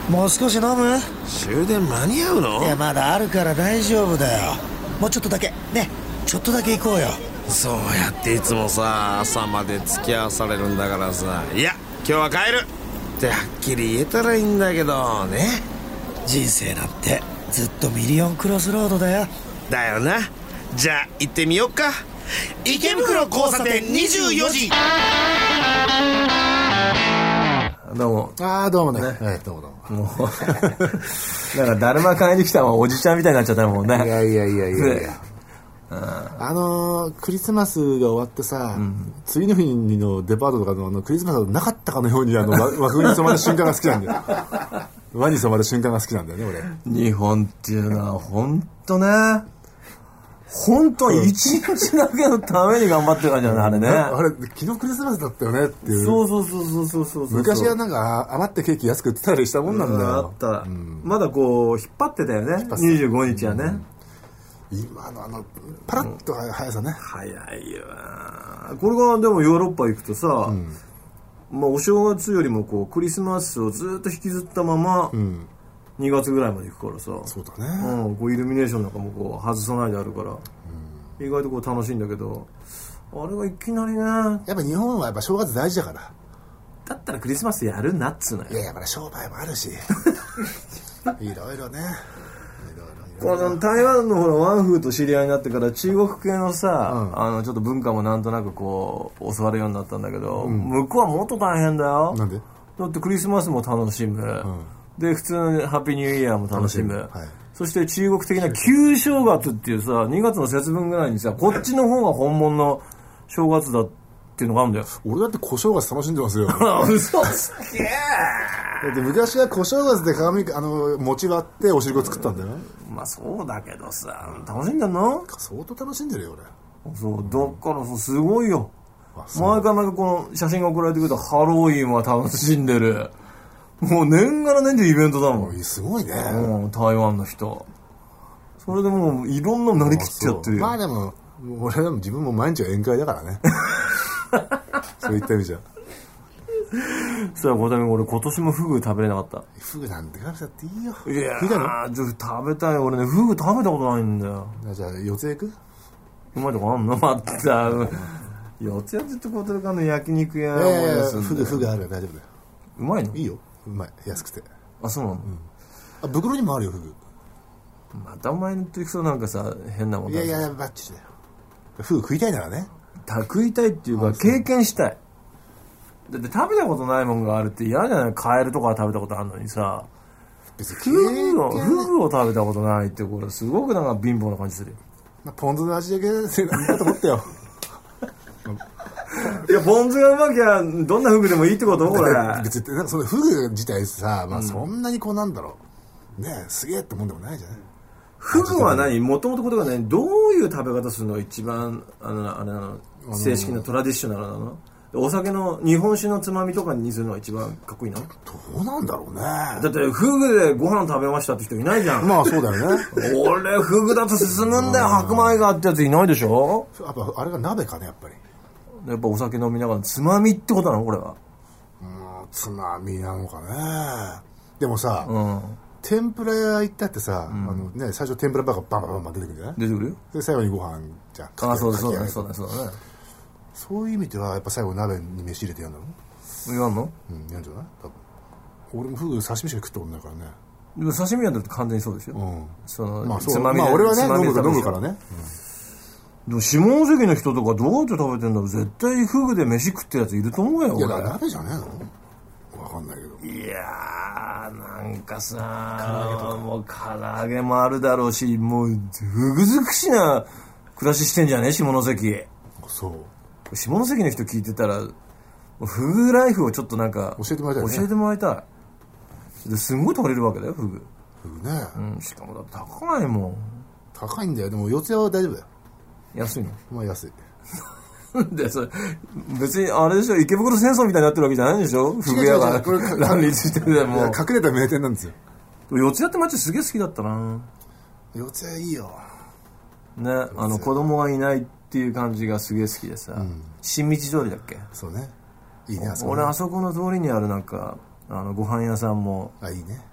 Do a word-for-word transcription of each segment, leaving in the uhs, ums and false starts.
もう少し飲む？ 終電間に合うの？ いやまだあるから大丈夫だよ。もうちょっとだけね、ちょっとだけ行こうよ。 そうやっていつもさ朝まで付き合わされるんだからさ、いや今日は帰るってはっきり言えたらいいんだけどね。 人生なんてずっとミリオンクロスロードだよ。 だよな。じゃあ行ってみよっか。池袋交差点にじゅうよじ。 どうも。 ああどうもね。 ね、 はい、どうもどうも。 もうなんかだるま買いに来たもんおじちゃんみたいになっちゃったもんね。 いやいやいやいやいや。 ね、 あのー、クリスマスが終わってさ、うん、次の日のデパートとか の, あのクリスマスがなかったかのようにあの枠に染まる瞬間が好きなんだよ。輪に染まる瞬間が好きなんだよね俺。 日本っていうのは本当ね、本当に一日だけのために頑張ってる感じだね、あれね。 あれ昨日クリスマスだったよねっていう。 そうそうそうそうそうそう。 昔はなんか余ってケーキ安く売ってたりしたもんなんだよ。 あった、うん、まだこう引っ張ってたよね、にじゅうごにちはね、 うん、今のあのパラッと速さね、 早いよ。これがでもヨーロッパ行くとさ、うん、まあ、お正月よりもこうクリスマスをずっと引きずったまま、うん、にがつぐらいまで行くからさ。 そうだね、 うん、こうイルミネーションなんかもこう外さないであるから、うん、意外とこう楽しいんだけど、あれがいきなりね、 やっぱ日本はやっぱ正月大事だから。 だったらクリスマスやるなっつうのよ。 いやいや、まだ商売もあるしいろいろね。 この台湾のほらワンフーと知り合いになってから中国系のさ、うん、あのちょっと文化もなんとなくこう教わるようになったんだけど、うん、向こうはもっと大変だよ。 なんで？ だってクリスマスも楽しむ、うん、で普通のハッピーニューイヤーも楽しむ、はい、そして中国的な旧正月っていうさ、にがつの節分ぐらいにさ、こっちの方が本物の正月だっていうのがあるんだよ。 俺だって小正月楽しんでますよ。 嘘つけー。 だって昔は小正月で鏡あの餅割ってお汁粉作ったんだよ。 まあそうだけどさ、楽しんでんの？ 相当楽しんでるよ俺。 そうだからすごいよ。前からなんかこの写真が送られてくるとハロウィンは楽しんでる。もう年がら年中イベントだもん。 すごいね。 うん、台湾の人。それでもういろんななりきってやってるよ。 まあでも俺でも自分も毎日は宴会だからね。そういった意味じゃ。 さあ、このため俺今年もフグ食べれなかった。 フグなんて食べちゃっていいよ。 いやー、ちょっと食べたい。俺ね、フグ食べたことないんだよ。 じゃあ四つ行く？ うまいとこあんの？また四つやってってことかの焼肉屋。 いやいや、フグフグあるよ、大丈夫だよ。 うまいの？ いいよ、うまい、安くて。 あ、そうなの？うん、 あ、袋にもあるよ、フグ。 またお前のといくとなんかさ、変なもんだ。 いやいや、バッチリだよ。フグ食いたいならね。 食いたいっていうか経験したい。だって食べたことないもんがあるって嫌じゃない？カエルとかは食べたことあるのにさ、フグをフグを食べたことないってこれすごくなんか貧乏な感じするよ。 まあ、ポン酢の味だけだと思ったよ。 いや、ポン酢がうまきゃどんなフグでもいいってことこれ。 別になんかそのフグ自体さ、まあ、そんなにこうなんだろう、うん、ねえすげえってもんでもないじゃない。 フグは何？もともとことが何？どういう食べ方するのが一番あのあれなの？正式なトラディショナルなの？お酒の日本酒のつまみとかにするのが一番かっこいいの？どうなんだろうね。 だってフグでご飯食べましたって人いないじゃん。 まあそうだよね。 俺フグだと進むんだよ、白米がってやついないでしょ。 やっぱあれが鍋かね、やっぱり。 やっぱお酒飲みながらつまみってことなのこれは。 うん、つまみなのかね。でもさ、うん、天ぷら屋行ったってさ、うん、あのね、最初天ぷらバカバンバンバンバン出てくるんじゃない？出てくるよ。 で最後にご飯じゃん。 ああ、そうだそうだね、そうだそうだね。 そういう意味ではやっぱ最後鍋に飯入れてやるんだろ？ やんの？ うん、やるんじゃない？多分。俺もフグ刺身しか食ったことないからね。 でも刺身やったら完全にそうですよ。うん。そのまあそう。つまみで、まあ俺はね飲む飲むからね。うん、 でも下関の人とかどうやって食べてんだろう。絶対フグで飯食ってるやついると思うよ。 いやだから鍋じゃねえの？わかんないけど。 いやーなんかさ、もう唐揚げもあるだろうし、もうふぐづくしな暮らししてんじゃね下関。 そう。 下関の人聞いてたらフグライフをちょっとなんか教えてもらいたいね。 教えてもらいたい。ですんごい取れるわけだよフグ。 フグね。 うん、しかもだって高いもん。 高いんだよ。でも四谷は大丈夫だよ。 安いの？ まあ安い。 でそれ別にあれでしょ、池袋戦争みたいになってるわけじゃないんでしょ。フグ屋が乱立しててもう隠れた名店なんですよ。 四谷って街すげえ好きだったな。 四谷いいよね。あの子供がいないっていう感じがすげえ好きでさ、うん、新道通りだっけ。 そうね、いいね。あそこ俺あそこの通りにあるなんかあのご飯屋さんもあいいね。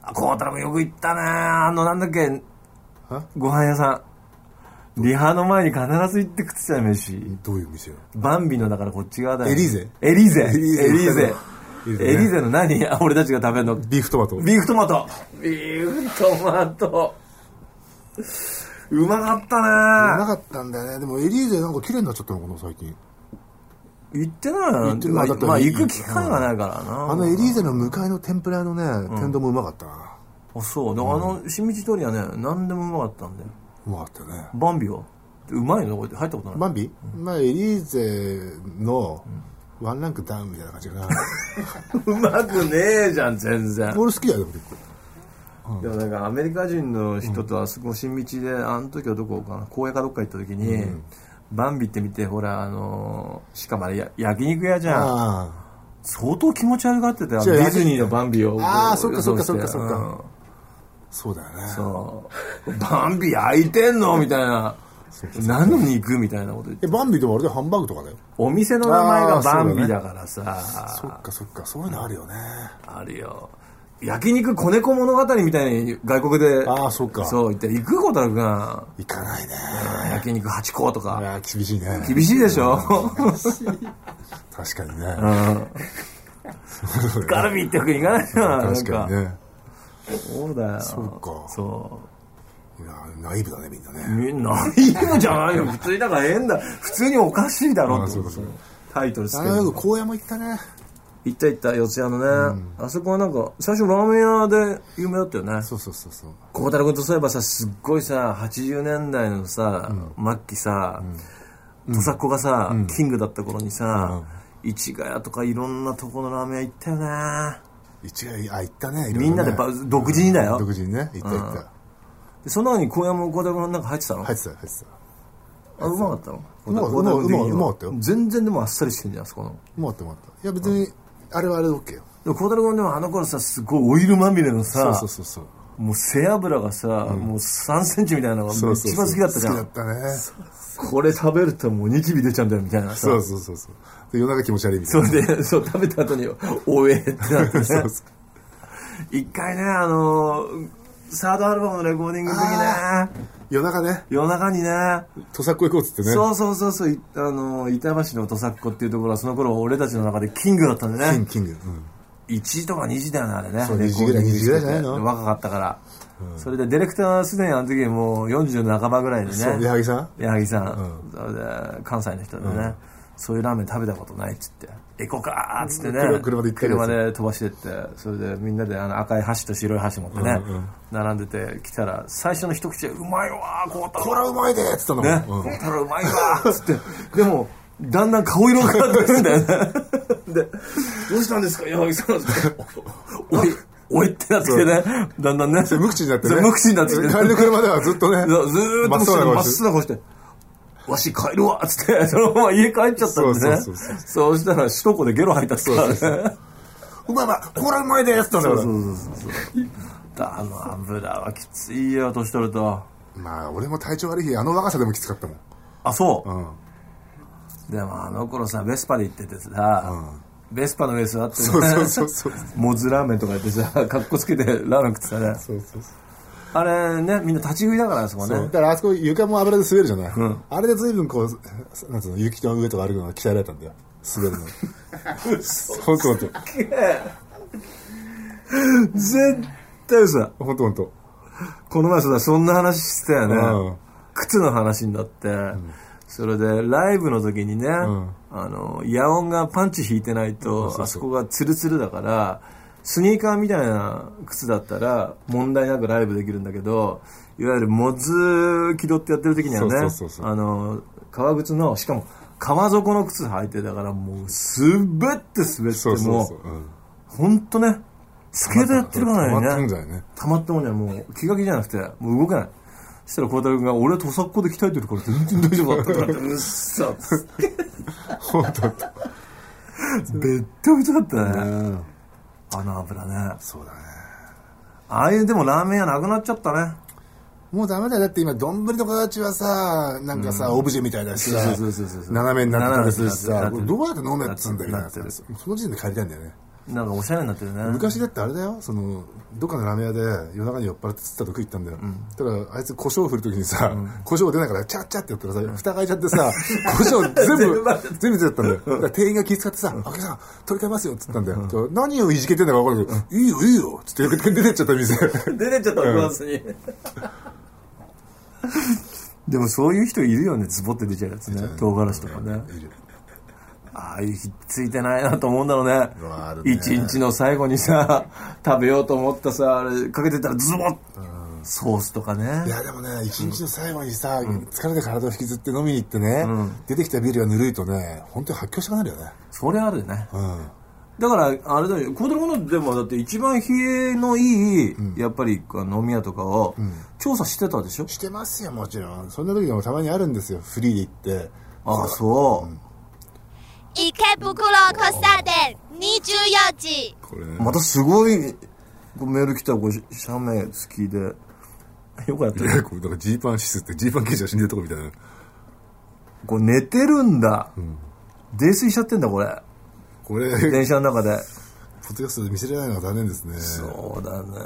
孝太郎君よく行ったね。あのなんだっけご飯屋さん、リハの前に必ず行って食ってたよ飯。 どういう店よ。 バンビのだからこっち側だよ。 エリーゼエリーゼエリーゼエリーゼエリーゼの何俺たちが食べるの。 ビーフトマト。 ビーフトマトビーフトマトうまかったね。 うまかったんだよね。でもエリーゼなんか綺麗になっちゃったのかな最近。 行ってないな。 行ってない。 まあ行く機会がないからな。 あのエリーゼの向かいの天ぷらのね、天丼もうまかったな。 あ、そう。で、あの新道通りはね、何でもうまかったんだよ。 うまかったよね。 バンビはうまいの？入ったことない。 バンビ？まあエリーゼのワンランクダウンみたいな感じかな。 うまくねえじゃん全然。 俺好きだよ結構。 でもなんかアメリカ人の人とあそこ新道で、あの時はどこかな、公園かどっか行った時に、うん、バンビって見て、ほらあのー、しかもあれや焼肉屋じゃん。あ、相当気持ち悪がってたよディズニーのバンビを。 ああ、そっかそっかそっかそっか、うん、そうだよね。 そうバンビ焼いてんのみたいな。何の肉みたいなこと言って。 えバンビでもあれでハンバーグとかだよ。 お店の名前がバンビだからさ。 そっかそっか、そういうのあるよね。 あるよ。焼肉子猫物語みたいに外国で、 ああ、そっか、 そう言って行くことあるか。 行かないね。 焼肉はちことか。 いや厳しいね。 厳しいでしょ。 確かにね。 うん。カルビってわけにいかないじゃん。 確かにね。 そうだよ。 そうか。 そう。 いやナイブだねみんなね。 みんなナイブじゃないよ。普通にだから変だ。普通におかしいだろって。タイトルつける。 ああ、高野も行ったね。 行った行った四谷のね、うん、あそこはなんか最初ラーメン屋で有名だったよね。 そうそうそうそう。 孝太郎君とそういえばさ、すっごいさはちじゅうねんだいのさ、うん、末期さ、うん、土佐っ子がさ、うん、キングだった頃にさ、うん、市ヶ谷とかいろんなとこのラーメン屋行ったよね。 市ヶ谷、あ、行ったね。 みんなで独自にだよ。 独自にね、行った行った、うん、 でその中に小山も孝太郎君なんか入ってたの？ 入ってた入ってた。 あ、うまかったの？ うまかった。うまかったよ。 全然でもあっさりしてんじゃん、そこの。 うまかったうまかった。いや別に、うん、あれはあれで OK よ。 でも孝太郎君でもあの頃さ、すごいオイルまみれのさ、 そうそうそうそう、もう背脂がさ、うん、もうさんセンチみたいなのが一番好きだったじゃん。 好きだったね。 これ食べるともうニキビ出ちゃうんだよみたいなさ。 そうそうそうそう。で夜中気持ち悪いみたいな。 それでそう食べた後におえってなってね。そうそう一回ね、あのー、サードアルバムのレコーディングの時ね、 夜中ね、 夜中にね、 土佐っ子行こうっつってね。 そうそうそうそう、あのー、板橋の土佐っ子っていうところはその頃俺たちの中でキングだったんでね。 キングキング、うん、 いちじとかにじだよねあれね。 そうにじぐらいにじぐらいじゃないの。 若かったから、うん、それでディレクターはすでにあの時もうよんじゅうの半ばぐらいでね。 そう矢作さん矢作さん、うん、それで関西の人でね、うん、そういうラーメン食べたことないっつって行こうかっつってね、 車で行って車で飛ばしてってそれでみんなであの赤い箸と白い箸持ってね、うんうん、並んでて来たら最初の一口でうまいわー孝太郎これうまいでっつったのね、孝太郎うまいわーっつってでもだんだん顔色が変わってくるんだよねでどうしたんですか矢作さんっておいおいってなってきてねだんだんね無口になってね無口になってきて帰りの車ではずっとねずーっとまっすぐな顔してわし帰るわっつってそのまま家帰っちゃったんでね。そうそうそうそう。そうしたら首都高でゲロ吐いたっつったらね。 うまいうまいこれうまいですって言ったんだそうそうそうそう。あの油はきついよ年取ると。 まあ俺も体調悪い日あの若さでもきつかったもん。 あそう。うん。でもあの頃さベスパで行っててさ、うん、ベスパのレースあってね。 そうそうそうそう。 モズラーメンとかやってさカッコつけてラーメン食ってたね。そうそうそう。あれねみんな立ち食いだからあそこね。 だからあそこ床も油で滑るじゃない、うん、あれで随分こうなんつうの雪の上とか歩くのが鍛えられたんだよ滑るの本当本当絶対嘘本当本当この前さそんな話してたよね、うん、靴の話になって、うん、それでライブの時にね、うん、あの野音がパンチ引いてないと、うん、あそこがツルツルだからスニーカーみたいな靴だったら問題なくライブできるんだけどいわゆるモズ気取ってやってる時にはねあの革靴のしかも革底の靴履いてだからもう滑って滑ってもう本当ねスケートやってるからね溜まってんだよね溜まったもんじゃもう気が気じゃなくてもう動けないそしたら孝太郎君が俺は土佐っ子で鍛えてるから全然大丈夫だったからうっさ本当べったべたかったねあの油ねそうだねああいうでもラーメン屋なくなっちゃったねもうダメだよだって今丼の形はさなんかさ、うん、オブジェみたいだしさ斜めになってたりさどうやって飲めっつうんだよみたいなその時点で帰りたいんだよねなんかおしゃれになってるね。 昔だってあれだよ、そのどっかのラーメン屋で夜中に酔っ払って釣ったと食いったんだよ、うん、ただあいつ胡椒を振るときにさ、うん、胡椒出ないからチャッチャってやったらさ、うん、蓋開いちゃってさ胡椒全部全部出ちゃったんだよ。だから店員が気遣ってさ、お客さん取り替えますよっつったんだよ、うん、何をいじけてんだか分かるけど、うん、いいよいいよっつって出てっちゃった店出てっちゃったフランスにでもそういう人いるよね、ズボって出ちゃうやつね、唐辛子とかね。いる。ああいうひっついてないなと思うんだろうね。一日の最後にさ食べようと思ったさあれかけてたらズボッ、うん、ソースとかね。 いやでもね、一日の最後にさ、うん、疲れて体を引きずって飲みに行ってね、うん、出てきたビールがぬるいとね、本当に発狂したくなるよね。 それあるね、うん、だからあれだよ、子供のでもだって一番冷えのいい、うん、やっぱり飲み屋とかを調査してたでしょ、うん、 してますよ、もちろん。そんな時でもたまにあるんですよ、フリーで行って。 ああそう、うん、 池袋交差点にじゅうよじ。 これ、ね、またすごいメール来た。これ写メ好きでよくやってる。 いやこれだからジーパンシスってジーパン刑事が死んでるとこみたいな。 これ寝てるんだ、うん、泥酔しちゃってんだこれ。 これ電車の中でポッドキャストで見せれないのが残念ですね。 そうだね。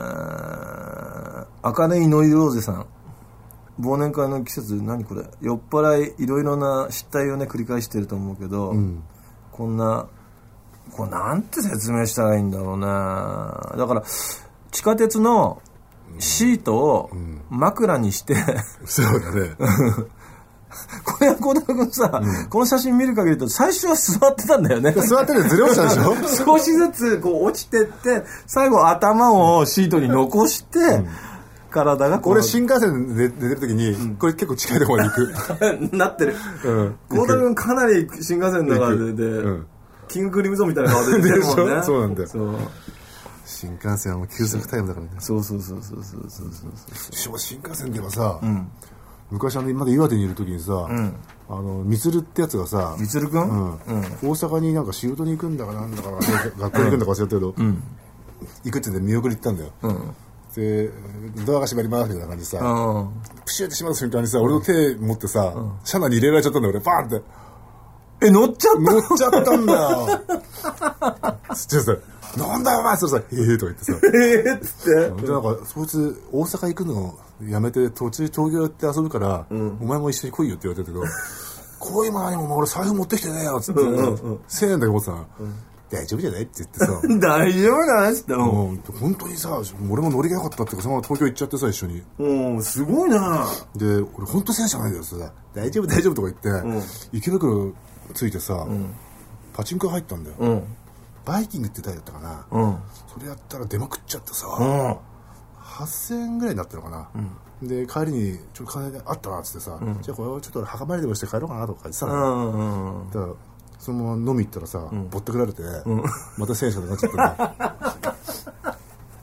赤根井ノイローゼさん、忘年会の季節、何これ、酔っ払いいろいろな失態をね繰り返してると思うけど、うん、こんなこれなんて説明したらいいんだろうな。だから地下鉄のシートを枕にして、 うん、そうだねこれは孝太郎君さ、うん、この写真見る限りと最初は座ってたんだよね。 座っててずれ落ちたでしょ少しずつこう落ちてって最後頭をシートに残して、うん、体がこう。 俺新幹線で寝てる時に、うん、これ結構近いところまで行くなってる。孝太郎君かなり新幹線の中で、で、うん、キングクリムゾンみたいな顔で出てるもんねそうなんだよ。そう新幹線はもう急速タイムだからね。 そうそうそうそうそうそうそう。新幹線ではさ、うん、昔あのまだ岩手にいる時にさ、うん、あのみつるってやつがさ、 みつるくん、うんうん、大阪になんか仕事に行くんだかなんだか学校に行くんだか忘れたけど、うん、行くって言って見送り行ったんだよ、うん、でドアが閉まりますみたいな感じでさ、うん、プシューって閉まる瞬間にさ、俺の手持ってさ、うん、車内に入れられちゃったんだよ俺。バーンって、 え乗っちゃった乗っちゃったんだよつってさ、なんだよお前それさ、えーとか言ってさ、 えーっつって、 でなんかそいつ大阪行くのやめて途中東京行って遊ぶから、うん、お前も一緒に来いよって言われたけど来いも何も俺財布持ってきてねえよっつって、うんうんうん、せんえんだけ持ってたの、うん、大丈夫じゃないって言ってさ大丈夫だなっつって、うん、 本当にさ、俺も乗りが良かったっていうか、そのまま東京行っちゃってさ一緒に。 うん、すごいな。 で俺本当せんじゃないんだよさ、大丈夫大丈夫とか言って、うん、池袋着いてさ、うん、パチンコ入ったんだよ、うん、バイキングって台だったかな、うん、それやったら出まくっちゃってさ、うん、はっせんえんぐらいになったのかな、うん、で帰りにちょっと金あったなっつってさ、うん、じゃあこれをちょっと墓参りでもして帰ろうかなとか言ってたの、うんうんうん、だからそのまま飲み行ったらさ、うん、ぼったくられて、うん、またせんえんしかなくなっちゃった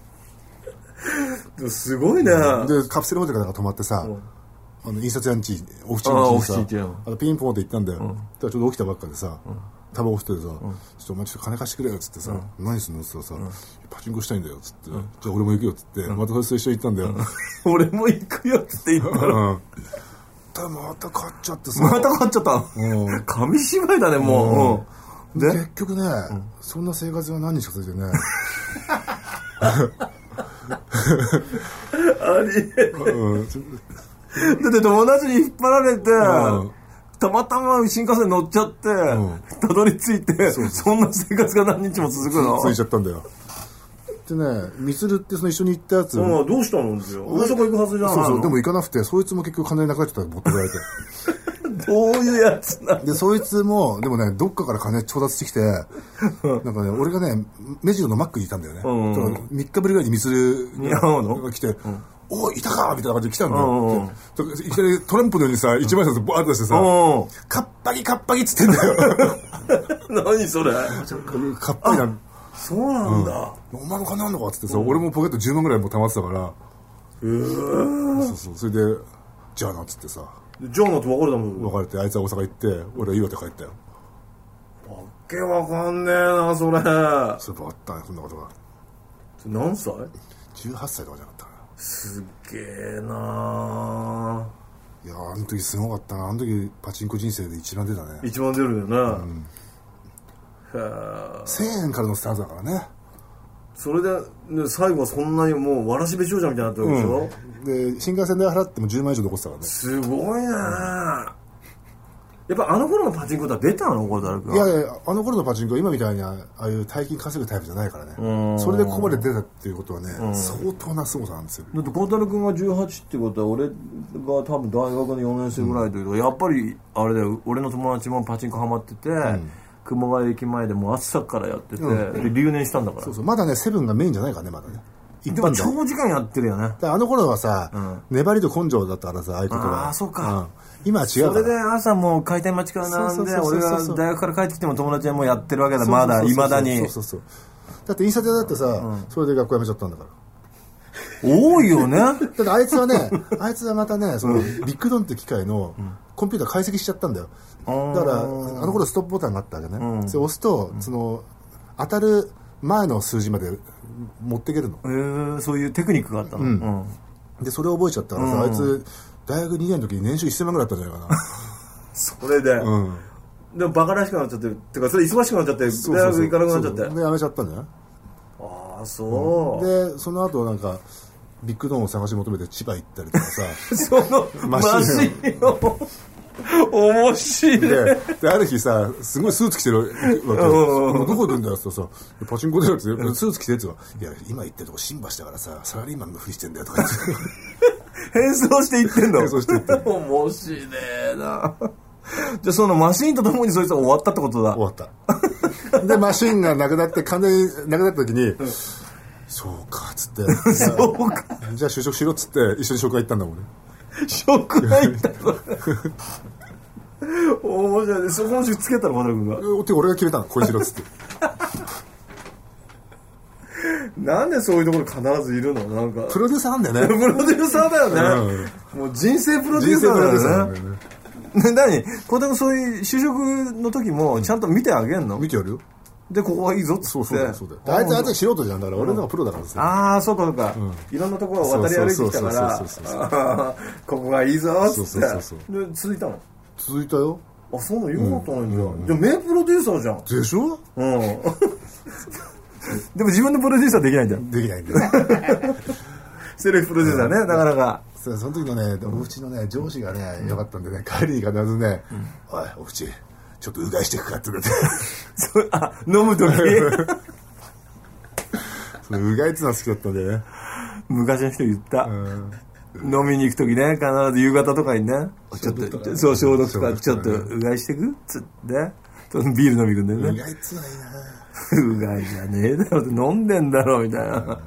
んだすごいね。 でカプセルホテルが泊まってさ、うん、あの印刷屋んちオフチンにさ、あのピンポンって行ったんだよ、うん、だからちょうど起きたばっかでさ、うん、タバコ吸っててさ、うん、ちょっとお前ちょっと金貸してくれよっつってさ、うん、何すんのっつったらさ、うん、パチンコしたいんだよっつって、うん、じゃあ俺も行くよっつって、うん、またそいつと一緒に行ったんだよ、 うん、俺も行くよっつって言ったら、うんまた買っちゃってさ、 また買っちゃった、うん、紙芝居だねもう、うん、 で結局ね、うん、そんな生活が何日か続いてねあり、うん、だって友達に引っ張られて、うん、たまたま新幹線乗っちゃって、うん、たどり着いて、そうそう、そんな生活が何日も続くの。 続いちゃったんだよ。でね、みつるってその一緒に行ったやつ、 うん、どうしたのんですよ。大阪行くはずじゃないの。 そうそう、でも行かなくて、そいつも結局金なくなっちゃったら持ってかれてどういうやつなの。 でそいつもでもね、どっかから金調達してきてなんかね、俺がね目白のマックにいたんだよね、うんうん、みっかぶりぐらいにみつるが来て、うん、おいいたかみたいな感じで来たんだよ、うんうん、いきなりトランプのようにさ一枚札バーッとしてさ、うん、カッパギカッパギっつってんだよ何それ、 カッパギな。 そうなんだ、 うん、お前も金あんのかっつってさ、うん、俺もポケットじゅうまんぐらいも溜まってたから、へー、そうそう、それでじゃあなっつってさ、 じゃあなって別れたもん。 別れてあいつは大阪行って俺は岩手帰ったよ。 わけわかんねえなそれ。 そういえばあったね、そんなことが。 何歳？ じゅうはっさいとかじゃなかったかな。 すげえな。 いやあの時すごかったな。あの時パチンコ人生で一番出たね。 一番出るよね、うん、 せんえんからのスタートだからね。 それで、ね、最後はそんなにもうわらしべ長者みたいになってるわけでしょ、 うん、で新幹線代払ってもじゅうまん以上残ってたからね。 すごいね、うん、やっぱあの頃のパチンコとはベターなのこれ誰か。 いやいや、あの頃のパチンコは今みたいにああいう大金稼ぐタイプじゃないからね。それでここまで出たっていうことはね、相当な凄さなんですよ。 だって孝太郎君がじゅうはちってことは俺が多分大学のよねん生ぐらいだけど、うん、やっぱりあれだよ、俺の友達もパチンコハマってて、うん熊谷駅前でもう朝からやってて、うん、で留年したんだから。 そうそう、まだねセブンがメインじゃないからね、まだね。 一般でも長時間やってるよね。 あの頃はさ、うん、粘りと根性だったからさ、ああいうことは。 ああそうか、うん、 今は違うから。 それで朝もう開店待ちから並んで、俺が大学から帰ってきても友達はもうやってるわけだ。まだいまだに。 そうそうそう。だって印刷屋だってさ、うん、それで学校辞めちゃったんだから。 多いよね。 だってあいつはね、あいつはまたね、そのビッグドンって機械のコンピューター解析しちゃったんだよ。だからあの頃ストップボタンがあったわけね、うん、それ押すと、うん、その当たる前の数字まで持っていけるの。 えー、そういうテクニックがあったの、うんうん、でそれを覚えちゃったからさ、うん、あいつ大学にねんの時に年収せんまんぐらいあったんじゃないかな。 それで、うん、でもバカらしくなっちゃっててかそれ忙しくなっちゃって大学行かなくなっちゃって、 で辞めちゃったんじゃない。 ああそう、 うん、でその後なんかビッグドンを探し求めて千葉行ったりとかさそのマシンを面白い、ね、 で, である日さすごいスーツ着てるわけどこ行くんだよってさパチンコ出るってスーツ着てるって言うからいや今行ってるとこ新橋だからさサラリーマンのふりしてんだよとか言って変装して行ってんの。 変装して行ってんの。 面白いな。じゃあそのマシンとともにそいつは終わったってことだ。 終わったでマシンがなくなって完全になくなった時に、うん、そうかっつってそうかじゃあ就職しろっつって一緒に職場行ったんだもんね。 職場行ったの面白いね。そこの塾つけたのマダ君が。 て俺が決めたのこれしろっつってなんでそういうところ必ずいるの。なんかプロデューサーなんだよね。 プロデューサーだよね、うん、もう人生プロデューサーだよね。ね、何これそういう就職の時もちゃんと見てあげんの。 見てやるよ。 でここがいいぞっつって。 そうそうだそうだ。あいつあいつ素人じゃんだから俺の方がプロだからさ、 うん、ああそうかそうか、うん、いろんなところを渡り歩いてきたからここがいいぞっつって。そうそうそうそう。で続いたの。 続いたよ。 あそうなのよかったんじゃ、うん、じゃあ名プロデューサーじゃん。 でしょ。 うんでも自分のプロデューサーできないんだよ。 できないんだよセルフプロデューサーね、うん、なかなか。 その時のねおうちのね上司がね良かったんでね、帰りに必ずね、うん、おいおうちちょっとうがいしていくかって言ってあ飲む時そのうがいってのは好きだったんでね。 昔の人言った、うん、飲みに行く時ね必ず夕方とかにねちょっとそう消毒とかちょっとうがいしていくっつってビール飲み行くんだよね。 うがいっつうのはいいな。 うがいじゃねえだろって飲んでんだろみたいな。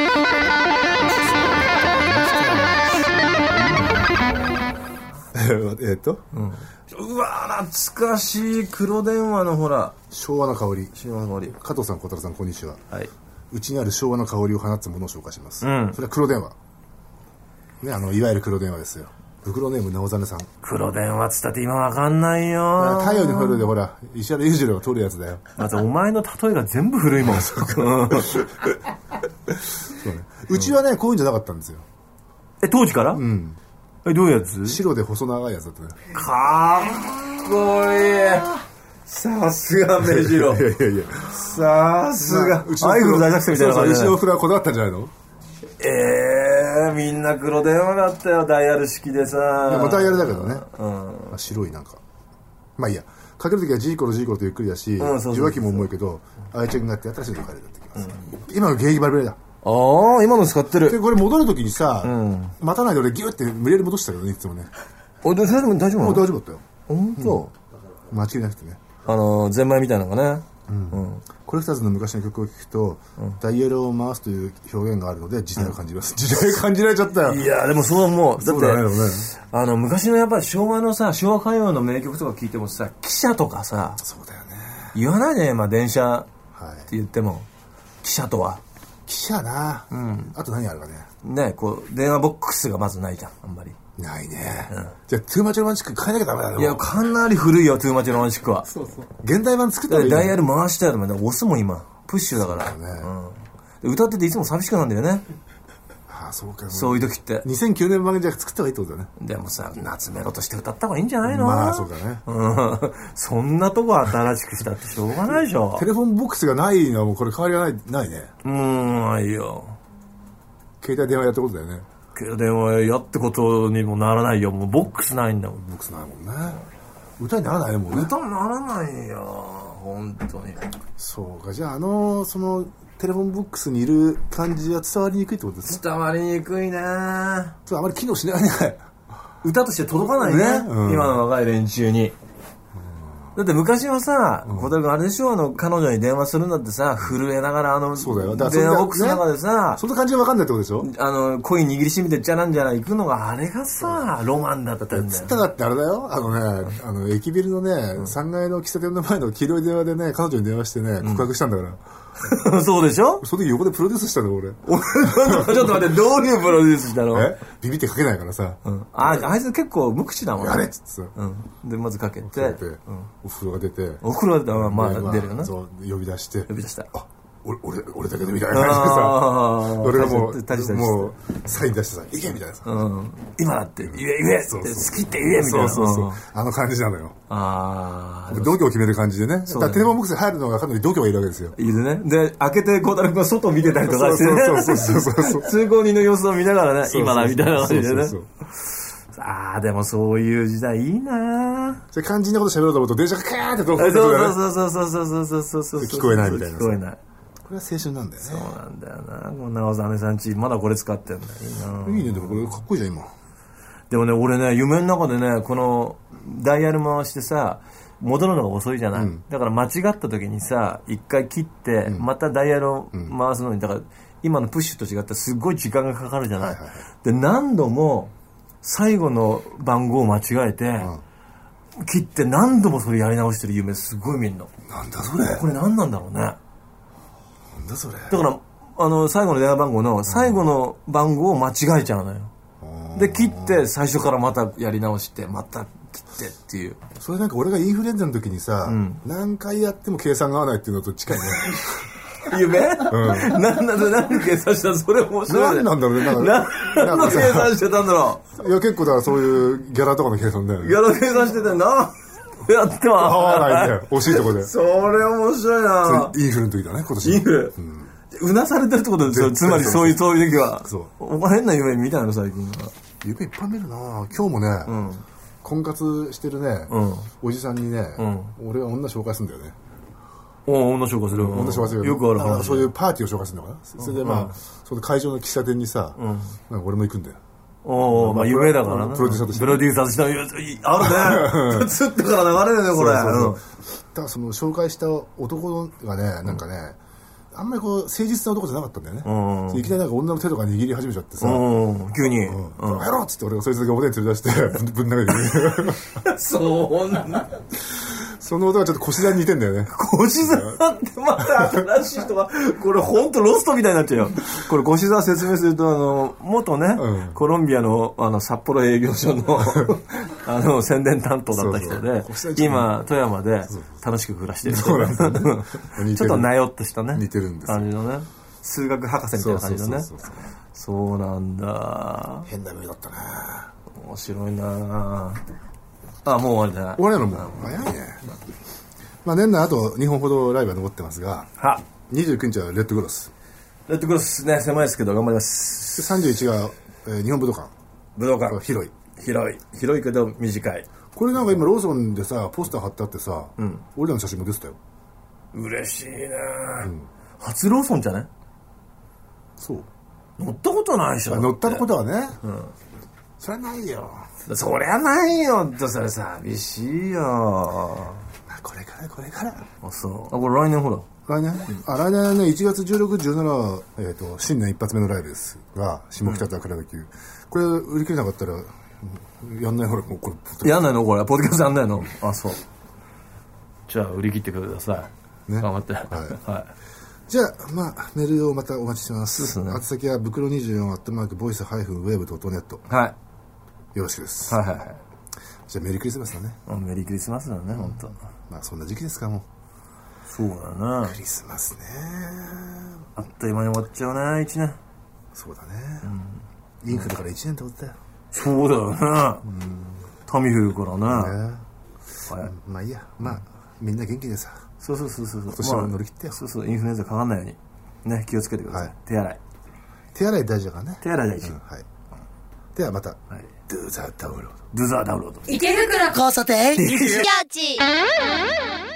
えっと、うん、 うわ懐かしい黒電話のほら昭和の香り。 昭和の香り。 加藤さん小太郎さんこんにちは。 はい。 うちにある昭和の香りを放つものを紹介します、 うん、 それは黒電話ね、あのいわゆる黒電話ですよ。袋ネーム直実さん。 黒電話っつったって今わかんないよ。 太陽にほるでほら石原裕次郎が通るやつだよ。 またお前の例えが全部古いもんそうね。 うちはねこういうんじゃなかったんですよ。 え当時から。 うん。 えどういうやつ。 白で細長いやつだったね。 かっこいい。さすが目白。 いやいやいやさすがアイドル大学生みたいな感じで。 うちのお風呂はこだわったんじゃないの。 えー、みんな黒電話だったよダイヤル式でさ。 いやまあダイヤルだけどね、 うんまあ、白いなんかまあいいやかけるときはジーコロジーコロとゆっくりだし、うん、受話器も重いけど愛着があって新しいの変えるってきます、うん、今の現役バリバリだ。 ああ今の使ってる。 でこれ戻るときにさ、 うん、 待たないで俺ギュッて無理やり戻したけどねいつもね。 おでそれでも大丈夫なの。 もう大丈夫だったよ。 本当、 うん、間違いなくてねあのゼンマイみたいなのがね、うんうん、コレクターズの昔の曲を聴くと、うん、ダイヤルを回すという表現があるので時代を感じます、うん、時代感じられちゃったよ。 いやでもそうもうだって、 ね、 あの昔のやっぱり昭和のさ昭和歌謡の名曲とか聴いてもさ汽車とかさそうだよね言わないねまあ電車って言っても、はい、汽車とは汽車な、 うん、 あと何あるかねねこう電話ボックスがまずないじゃんあんまりないね、うん、じゃあトゥーマチロマンチック変えなきゃダメだね。 いやかなり古いよトゥーマチロマンチックは。 そうそう現代版作ったらいい、ね、 ダイヤル回したやつも押すもん今プッシュだから、 ねうん、歌ってていつも寂しくなんだよね。 はあそうか。 そういう時ってにせんきゅうねんまでじゃ作った方がいいってことだね。 でもさ夏メロとして歌った方がいいんじゃないの。 まあそうだね、 うん、そんなとこ新しくしたってしょうがないでしょ。 テレフォンボックスがないのはもうこれ変わりがないないね。 うーんないよ。 携帯電話やってことだよね。 携帯電話やってことにもならないよ。もうボックスないんだもん。 ボックスないもんね。歌にならないもんね。 歌にならないよ本当に。 そうか。じゃああのそのテレフォンボックスにいる感じは伝わりにくいってことですね。 伝わりにくいね。 それあまり機能しないね。 歌として届かないね、 ね、うん、 今の若い連中に。だって昔はさ、小田君あれでしょ、あの彼女に電話するんだってさ、震えながらあのそうだよ。だ電話ボックスの中でさ、 ね、そんな感じが分かんないってことでしょ。 あの恋握りしめてじゃなんじゃら行くのがあれがさロマンだったんだよ。 つっただってあれだよ、あのね、あの駅ビルのね、うん、さんがいの喫茶店の前の黄色い電話でね、彼女に電話してね告白したんだから、 うん、そうでしょ。 その時横でプロデュースしたんだ俺。 ちょっと待って、どういうプロデュースしたの。 えビビってかけないからさ、 うん、あ, あいつ結構無口だもんね。 やれっつってさ、 うん、でまずかけて、 うん、お風呂が出て、 お風呂が出たらまあ、まあ、出るよな。 そう呼び出して呼び出した。あ俺俺俺だけでみたいな感じでさ、俺がもうもうサイン出してさ行けみたいなさ、 うん、今だって言え言え好きって言えみたいな。 そうそうそう、あの感じなのよ。 ああ度胸を決める感じでね。だからテレフォンボックスに入るのがかなり度胸がいるわけですよ。 いるね。で開けて孝太郎君が外を見てたりとかしてね、 そうそうそうそうそう通行人の様子を見ながらね、今だみたいな感じでね。 そうそうそうああでもそういう時代いいな。 それ肝心なこと喋ろうと思うと電車がカーって遠くにそうそうそうそうそうそうそうそうそう聞こえないみたいな。 聞こえない。 これは青春なんだよね。 そうなんだよな。こんな長姉さんちまだこれ使ってんだ。いいな。 いいね。でもこれかっこいいじゃん今。 でもね俺ね夢の中でねこのダイヤル回してさ戻るのが遅いじゃない、うん、だから間違った時にさ一回切って、うん、またダイヤルを回すのにだから今のプッシュと違ってすっごい時間がかかるじゃない、はいはいはい、で何度も最後の番号を間違えて、うん、切って何度もそれやり直してる夢すごい見るの。 なんだそれ。 これ何なんだろうね。 なんだそれ。 だからあの最後の電話番号の最後の番号を間違えちゃうのよ、うん、で切って最初からまたやり直してまた切ってっていう。 それなんか俺がインフルエンザの時にさ、うん、何回やっても計算が合わないっていうのと近いね。 夢、うん、何なんで何で計算したの。それ面白い、ね、 何なんだろうね。なんか何の計算してたんだろう。いや結構だからそういうギャラとかの計算だよね。 ギャラ計算してたよな。やっても合わないんだよ。惜しいとこで。 それ面白いな。 インフルの時だね今年。 インフル、うん、うなされてるってことですよ。つまりそういうそういう時は。そう。お前変な夢見たの最近は。 夢いっぱい見るな。今日もね、うん、婚活してるね、うん、おじさんにね、うん、俺が女紹介するんだよね。 お女紹介する。 女紹介する。 よくある話。 そういうパーティーを紹介するのかな。それでまあ、うん、その会場の喫茶店にさ、うん、なんか俺も行くんだよ。 おー、まあ夢だからな。 プロデューサーとして。 プロデューサーとして。あるね。つってから流れるね、これ。 そうそうそう。だからその紹介した男がね、なんかね、あんまりこう、誠実な男じゃなかったんだよね。うん、いきなりなんか女の手とか握り始めちゃってさ。 うん、急に。 うん。やろうっつって俺がそいつだけ表に連れ出して、ぶん投げてね。 そんな。 その音がちょっと腰座に似てんだよね。 腰座ってまた新しい人が、これほんとロストみたいになっちゃうよ。これ腰座説明すると、あの、元ね、うん、コロンビアのあの札幌営業所のあの宣伝担当だった人で、そうそう今富山で楽しく暮らしてる人で、ちょっとなよっとしたね、 似てるんです感じのね、数学博士みたいな感じのね。そうなんだ。 変な目だったね。 面白いな。あ、もう終わりだな。 終わりなのもう早いね。まあ年内あとにほんほどライブは残ってますが、 はにじゅうくにちはレッドクロス。 レッドクロスね、狭いですけど頑張ります。 さんじゅういちが、えー、日本武道館。 武道館広い。 広い。広いけど短い。 これなんか今ローソンでさ、ポスター貼ってあってさ、うん、俺らの写真も出てたよ。 嬉しいね、うん、初ローソンじゃね。 そう。乗ったことないでしょ。 乗ったことはね。うん。それはないよ。 そりゃないよってそれ寂しいよ。 まあこれからこれから。 あそう。あこれ来年ほら。 来年？あ来年ねいちがつじゅうろく、じゅうななえっ、ー、と新年一発目のライブですが下北沢倉田級、うん、これ売り切れなかったらやんないほらもうこれやんないのこれポッドキャストやんないの。あそう。じゃあ売り切ってください。ね。頑張って。はい。はい。 じゃあまあメールをまたお待ちしてます。そうですね。宛先は袋にじゅうよんアットマークボイスハイフンウェブドットネット。 はい。 よろしくです。 はいはいはい。 じゃあメリークリスマスだね。 メリークリスマスだね、うん、本当。 まあそんな時期ですかもう。 そうだな。 クリスマスね。 あっという間に終わっちゃうね、一年。 そうだね。うんインフルからいちねんってことだよ。 そうだよね。タミフルからね。 ねはい、 まあいいや、まあみんな元気でさ。 そうそうそうそう。今年は乗り切ってよ。 そうそう、インフルエンザかかんないようにね、気をつけてください。はい、手洗い。 手洗い大事だからね。 手洗い大事。 うん、はい。ではまた。はい。ドゥザダウンロード。 ドゥザダウンロード。 池袋交差点。 日曜日。